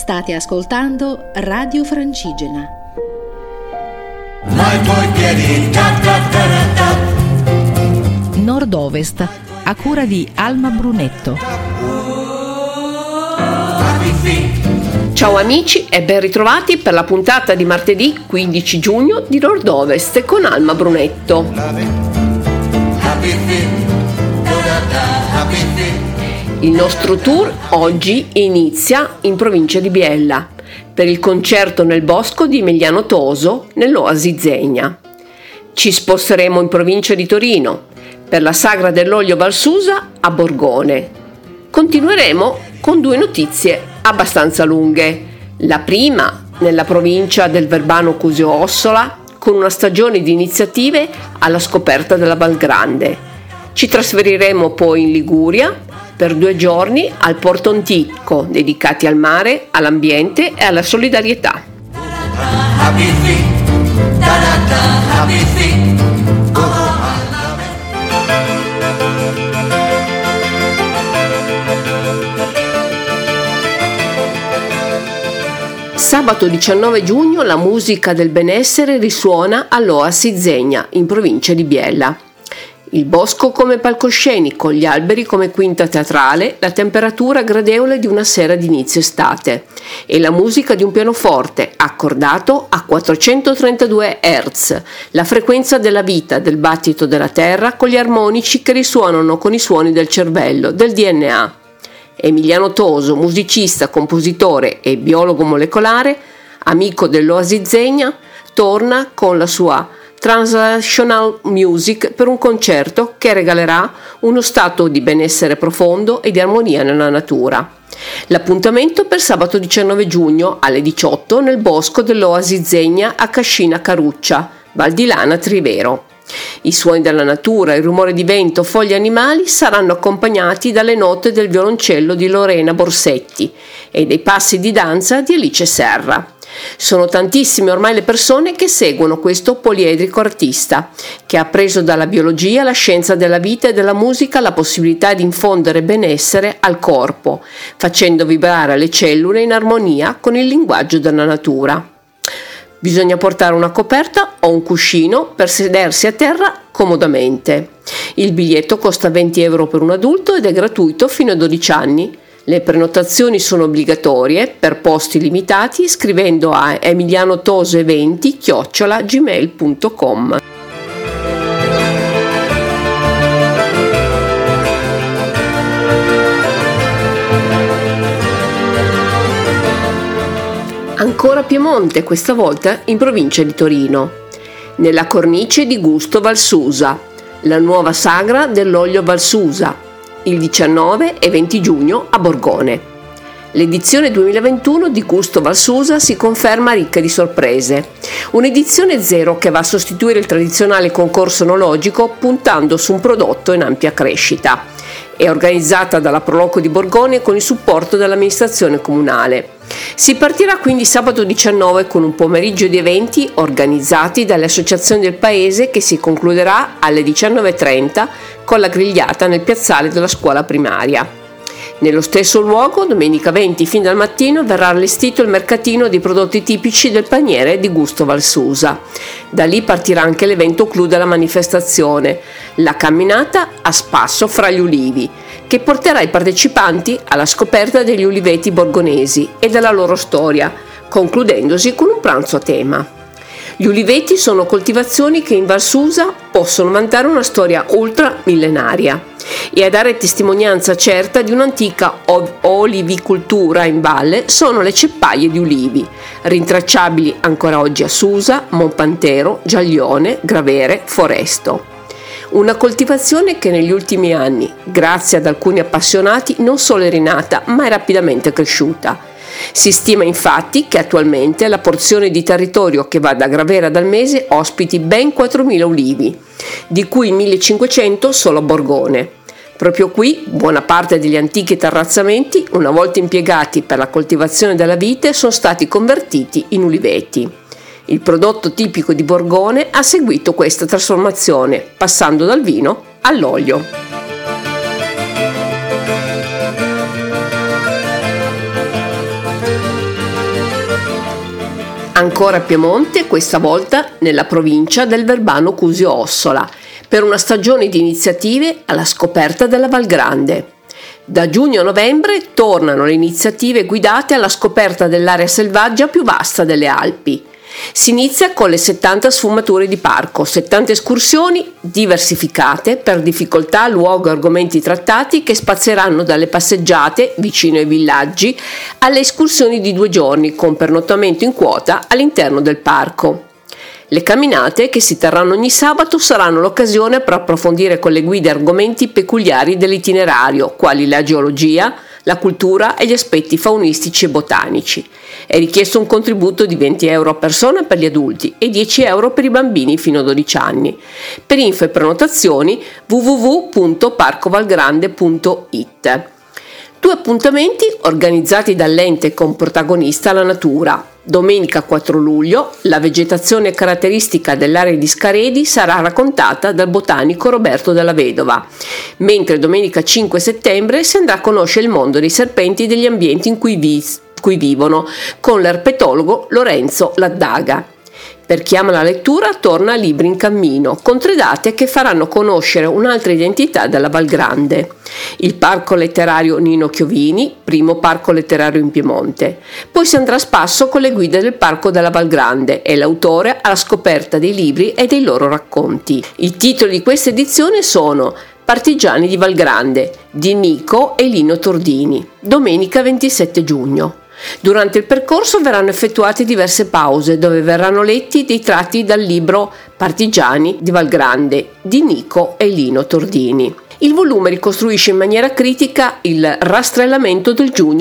State ascoltando Radio Francigena. Nord-Ovest, a cura di Alma Brunetto. Ciao amici e ben ritrovati per la puntata di martedì 15 giugno di Nord-Ovest con Alma Brunetto. Il nostro tour oggi inizia in provincia di Biella per il concerto nel bosco di Emiliano Toso nell'Oasi Zegna. Ci sposteremo in provincia di Torino per la sagra dell'olio Valsusa a Borgone. Continueremo con due notizie abbastanza lunghe. La prima nella provincia del Verbano Cusio Ossola con una stagione di iniziative alla scoperta della Val Grande. Ci trasferiremo poi in Liguria per 2 giorni al Porto Antico, dedicati al mare, all'ambiente e alla solidarietà. Sabato 19 giugno la musica del benessere risuona all'Oasi Zegna, in provincia di Biella. Il bosco come palcoscenico, gli alberi come quinta teatrale, la temperatura gradevole di una sera d'inizio estate e la musica di un pianoforte accordato a 432 Hz, la frequenza della vita, del battito della terra con gli armonici che risuonano con i suoni del cervello, del DNA. Emiliano Toso, musicista, compositore e biologo molecolare, amico dell'Oasi Zegna, torna con la sua Translational Music per un concerto che regalerà uno stato di benessere profondo e di armonia nella natura. L'appuntamento per sabato 19 giugno alle 18 nel bosco dell'Oasi Zegna a Cascina Caruccia, Val di Lana Trivero. I suoni della natura, il rumore di vento, foglie animali saranno accompagnati dalle note del violoncello di Lorena Borsetti e dei passi di danza di Alice Serra. Sono tantissime ormai le persone che seguono questo poliedrico artista, che ha preso dalla biologia, la scienza della vita e della musica la possibilità di infondere benessere al corpo, facendo vibrare le cellule in armonia con il linguaggio della natura. Bisogna portare una coperta o un cuscino per sedersi a terra comodamente. Il biglietto costa 20 euro per un adulto ed è gratuito fino a 12 anni. Le prenotazioni sono obbligatorie per posti limitati scrivendo a emilianotosoeventi@gmail.com. Ancora Piemonte, questa volta in provincia di Torino, nella cornice di Gusto Valsusa, la nuova sagra dell'olio Valsusa, il 19 e 20 giugno a Borgone. L'edizione 2021 di Gusto Valsusa si conferma ricca di sorprese. Un'edizione zero che va a sostituire il tradizionale concorso enologico puntando su un prodotto in ampia crescita. È organizzata dalla Proloco di Borgone con il supporto dell'amministrazione comunale. Si partirà quindi sabato 19 con un pomeriggio di eventi organizzati dalle associazioni del paese che si concluderà alle 19:30 con la grigliata nel piazzale della scuola primaria. Nello stesso luogo, domenica 20 fin dal mattino, verrà allestito il mercatino dei prodotti tipici del paniere di Gusto Valsusa. Da lì partirà anche l'evento clou della manifestazione, la camminata a spasso fra gli ulivi, che porterà i partecipanti alla scoperta degli uliveti borgonesi e della loro storia, concludendosi con un pranzo a tema. Gli uliveti sono coltivazioni che in Valsusa possono vantare una storia ultra millenaria e a dare testimonianza certa di un'antica olivicoltura in valle sono le ceppaie di ulivi, rintracciabili ancora oggi a Susa, Monpantero, Giaglione, Gravere, Foresto. Una coltivazione che negli ultimi anni, grazie ad alcuni appassionati, non solo è rinata, ma è rapidamente cresciuta. Si stima infatti che attualmente la porzione di territorio che va da Gravera dal Mese ospiti ben 4.000 ulivi, di cui 1.500 solo a Borgone. Proprio qui buona parte degli antichi terrazzamenti, una volta impiegati per la coltivazione della vite, sono stati convertiti in uliveti. Il prodotto tipico di Borgone ha seguito questa trasformazione, passando dal vino all'olio. Ancora Piemonte, questa volta nella provincia del Verbano Cusio Ossola, per una stagione di iniziative alla scoperta della Val Grande. Da giugno a novembre tornano le iniziative guidate alla scoperta dell'area selvaggia più vasta delle Alpi. Si inizia con le 70 sfumature di parco, 70 escursioni diversificate per difficoltà, luogo e argomenti trattati che spazieranno dalle passeggiate vicino ai villaggi alle escursioni di 2 giorni con pernottamento in quota all'interno del parco. Le camminate, che si terranno ogni sabato, saranno l'occasione per approfondire con le guide argomenti peculiari dell'itinerario, quali la geologia, la cultura e gli aspetti faunistici e botanici. È richiesto un contributo di 20 euro a persona per gli adulti e 10 euro per i bambini fino a 12 anni. Per info e prenotazioni www.parcovalgrande.it. 2 appuntamenti organizzati dall'ente con protagonista la natura. Domenica 4 luglio la vegetazione caratteristica dell'area di Scaredi sarà raccontata dal botanico Roberto Della Vedova, mentre domenica 5 settembre si andrà a conoscere il mondo dei serpenti e degli ambienti in cui vivono con l'erpetologo Lorenzo Laddaga. Per chi ama la lettura torna a Libri in cammino, con 3 date che faranno conoscere un'altra identità della Val Grande. Il Parco Letterario Nino Chiovini, primo parco letterario in Piemonte. Poi si andrà a spasso con le guide del Parco della Val Grande e l'autore alla scoperta dei libri e dei loro racconti. I titoli di questa edizione sono Partigiani di Val Grande, di Nico e Lino Tordini, domenica 27 giugno. Durante il percorso verranno effettuate diverse pause dove verranno letti dei tratti dal libro Partigiani di Val Grande di Nico e Lino Tordini. Il volume ricostruisce in maniera critica il rastrellamento del giugno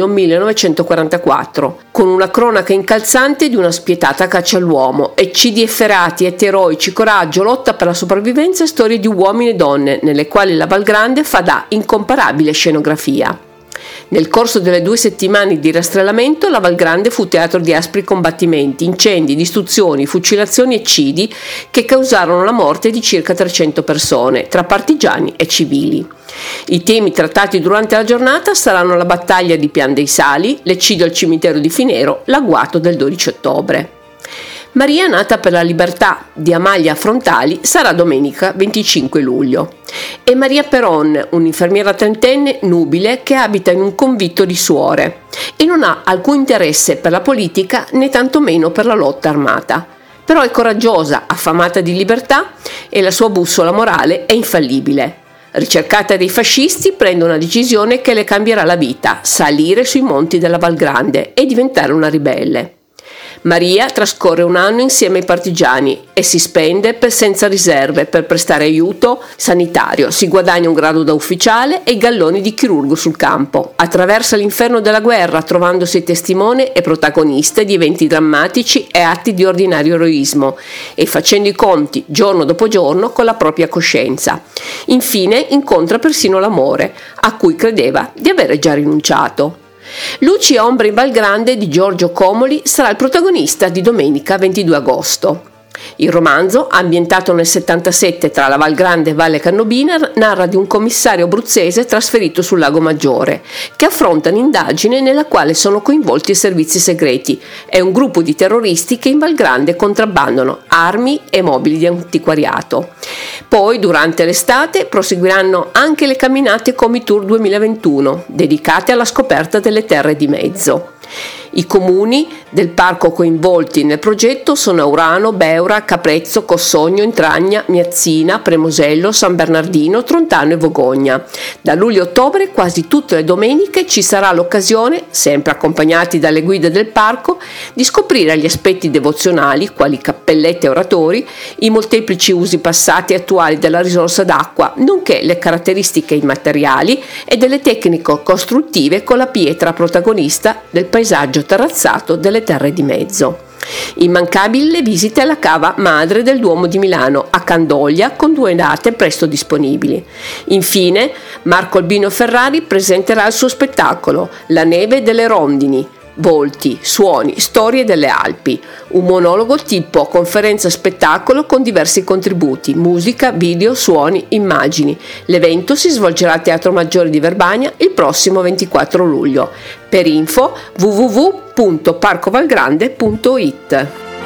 1944, con una cronaca incalzante di una spietata caccia all'uomo, eccidi efferati, atti eroici, coraggio, lotta per la sopravvivenza e storie di uomini e donne, nelle quali la Val Grande fa da incomparabile scenografia. Nel corso delle 2 settimane di rastrellamento la Val Grande fu teatro di aspri combattimenti, incendi, distruzioni, fucilazioni e eccidi che causarono la morte di circa 300 persone, tra partigiani e civili. I temi trattati durante la giornata saranno la battaglia di Pian dei Sali, l'eccidio al cimitero di Finero, l'agguato del 12 ottobre. Maria nata per la libertà di Amalia Frontali sarà domenica 25 luglio. E Maria Peron, un'infermiera trentenne nubile che abita in un convitto di suore e non ha alcun interesse per la politica né tantomeno per la lotta armata. Però è coraggiosa, affamata di libertà e la sua bussola morale è infallibile. Ricercata dai fascisti, prende una decisione che le cambierà la vita: salire sui monti della Val Grande e diventare una ribelle. Maria trascorre un anno insieme ai partigiani e si spende senza riserve per prestare aiuto sanitario, si guadagna un grado da ufficiale e i galloni di chirurgo sul campo, attraversa l'inferno della guerra trovandosi testimone e protagonista di eventi drammatici e atti di ordinario eroismo e facendo i conti giorno dopo giorno con la propria coscienza. Infine incontra persino l'amore, a cui credeva di avere già rinunciato. Luci e ombre in Val Grande di Giorgio Comoli sarà il protagonista di domenica 22 agosto. Il romanzo, ambientato nel 77 tra la Val Grande e Valle Cannobina, narra di un commissario abruzzese trasferito sul Lago Maggiore, che affronta un'indagine nella quale sono coinvolti i servizi segreti e un gruppo di terroristi che in Val Grande contrabbandano armi e mobili di antiquariato. Poi, durante l'estate, proseguiranno anche le camminate Comitour 2021, dedicate alla scoperta delle terre di mezzo. I comuni del parco coinvolti nel progetto sono Aurano, Beura, Caprezzo, Cossogno, Intragna, Miazzina, Premosello, San Bernardino, Trontano e Vogogna. Da luglio a ottobre quasi tutte le domeniche ci sarà l'occasione, sempre accompagnati dalle guide del parco, di scoprire gli aspetti devozionali, quali cappellette e oratori, i molteplici usi passati e attuali della risorsa d'acqua, nonché le caratteristiche immateriali e delle tecniche costruttive con la pietra protagonista del paesaggio terrazzato delle terre di mezzo. Immancabili le visite alla cava madre del Duomo di Milano a Candoglia, con 2 date presto disponibili. Infine Marco Albino Ferrari presenterà il suo spettacolo La neve delle rondini, volti, suoni, storie delle Alpi, un monologo tipo conferenza spettacolo con diversi contributi, musica, video, suoni, immagini. L'evento si svolgerà al Teatro Maggiore di Verbania il prossimo 24 luglio. Per info www.parcovalgrande.it.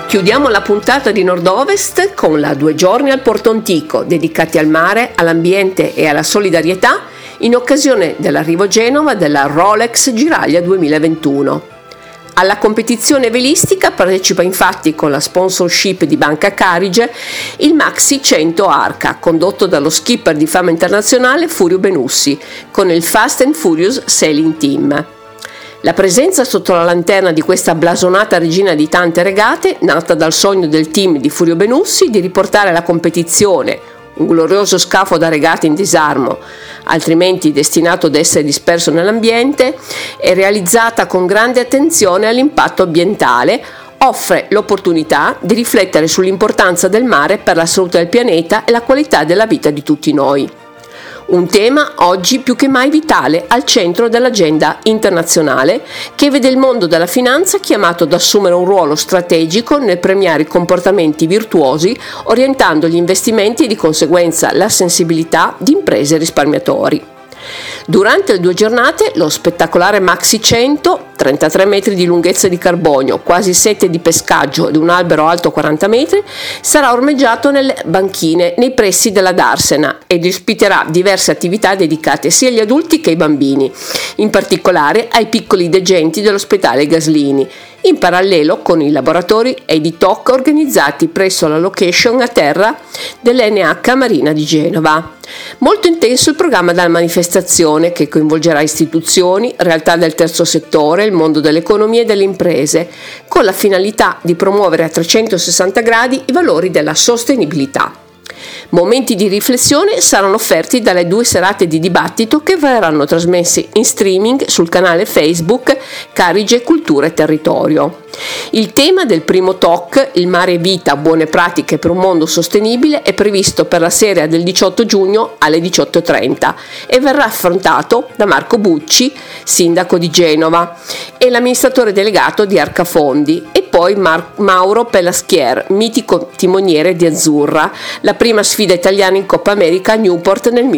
Chiudiamo la puntata di Nord-Ovest con la 2 giorni al Porto Antico, dedicati al mare, all'ambiente e alla solidarietà, in occasione dell'arrivo a Genova della Rolex Giraglia 2021. Alla competizione velistica partecipa infatti con la sponsorship di Banca Carige il Maxi 100 Arca, condotto dallo skipper di fama internazionale Furio Benussi, con il Fast and Furious Sailing Team. La presenza sotto la lanterna di questa blasonata regina di tante regate, nata dal sogno del team di Furio Benussi di riportare la competizione, un glorioso scafo da regate in disarmo, altrimenti destinato ad essere disperso nell'ambiente, è realizzata con grande attenzione all'impatto ambientale, offre l'opportunità di riflettere sull'importanza del mare per la salute del pianeta e la qualità della vita di tutti noi. Un tema oggi più che mai vitale al centro dell'agenda internazionale che vede il mondo della finanza chiamato ad assumere un ruolo strategico nel premiare i comportamenti virtuosi, orientando gli investimenti e di conseguenza la sensibilità di imprese e risparmiatori. Durante le 2 giornate lo spettacolare Maxi 100, 33 metri di lunghezza di carbonio, quasi 7 di pescaggio ed un albero alto 40 metri, sarà ormeggiato nelle banchine nei pressi della Darsena ed ospiterà diverse attività dedicate sia agli adulti che ai bambini, in particolare ai piccoli degenti dell'ospedale Gaslini, in parallelo con i laboratori ed i talk organizzati presso la location a terra dell'NH Marina di Genova. Molto intenso il programma della manifestazione che coinvolgerà istituzioni, realtà del terzo settore, il mondo dell'economia e delle imprese, con la finalità di promuovere a 360 gradi i valori della sostenibilità. Momenti di riflessione saranno offerti dalle 2 serate di dibattito che verranno trasmessi in streaming sul canale Facebook Carige Cultura e Territorio. Il tema del primo talk, Il mare e vita, buone pratiche per un mondo sostenibile, è previsto per la sera del 18 giugno alle 18:30 e verrà affrontato da Marco Bucci, sindaco di Genova, e l'amministratore delegato di Arca Fondi, e poi Mauro Pelaschier, mitico timoniere di Azzurra, la prima sfida italiana in Coppa America a Newport nel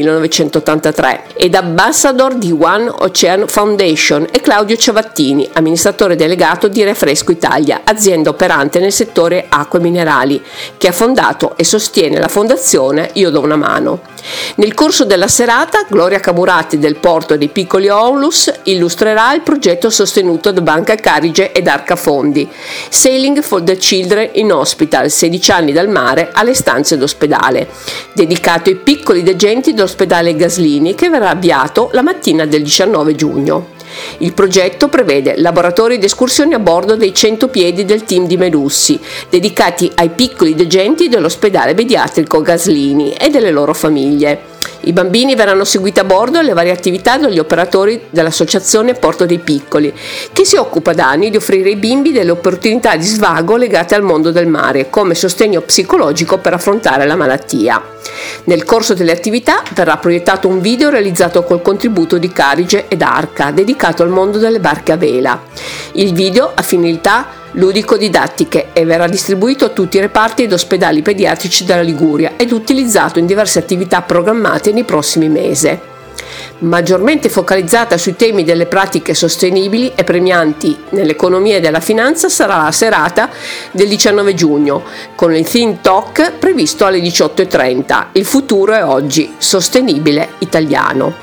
1983, ed ambassador di One Ocean Foundation, e Claudio Ciavattini, amministratore delegato di Refresco Italia, azienda operante nel settore acque minerali, che ha fondato e sostiene la fondazione Io Do Una Mano. Nel corso della serata, Gloria Camurati del Porto dei Piccoli Onlus illustrerà il progetto sostenuto da Banca Carige ed Arca Fondi, Sailing for the Children in Hospital, 16 anni dal mare alle stanze d'ospedale, dedicato ai piccoli degenti dell'ospedale Gaslini, che verrà avviato la mattina del 19 giugno. Il progetto prevede laboratori ed escursioni a bordo dei 100 piedi del team di Menussi, dedicati ai piccoli degenti dell'ospedale pediatrico Gaslini e delle loro famiglie. I bambini verranno seguiti a bordo alle varie attività dagli operatori dell'associazione Porto dei Piccoli, che si occupa da anni di offrire ai bimbi delle opportunità di svago legate al mondo del mare, come sostegno psicologico per affrontare la malattia. Nel corso delle attività verrà proiettato un video realizzato col contributo di Carige ed Arca, dedicato al mondo delle barche a vela. Il video ha finalità ludico-didattiche e verrà distribuito a tutti i reparti ed ospedali pediatrici della Liguria ed utilizzato in diverse attività programmate nei prossimi mesi. Maggiormente focalizzata sui temi delle pratiche sostenibili e premianti nell'economia e della finanza sarà la serata del 19 giugno, con il Think Talk previsto alle 18:30. Il futuro è oggi, sostenibile italiano.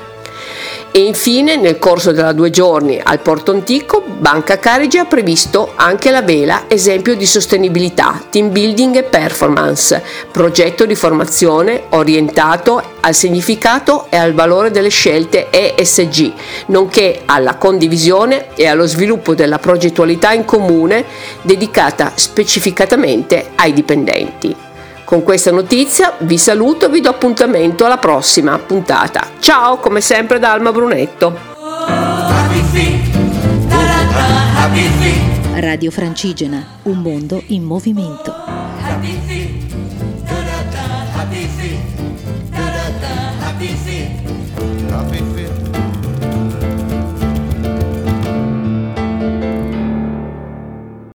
E infine, nel corso della 2 giorni al Porto Antico, Banca Carige ha previsto anche la vela esempio di sostenibilità, team building e performance, progetto di formazione orientato al significato e al valore delle scelte ESG, nonché alla condivisione e allo sviluppo della progettualità in comune dedicata specificatamente ai dipendenti. Con questa notizia vi saluto e vi do appuntamento alla prossima puntata. Ciao, come sempre da Alma Brunetto. Radio Francigena, un mondo in movimento. Happy feet.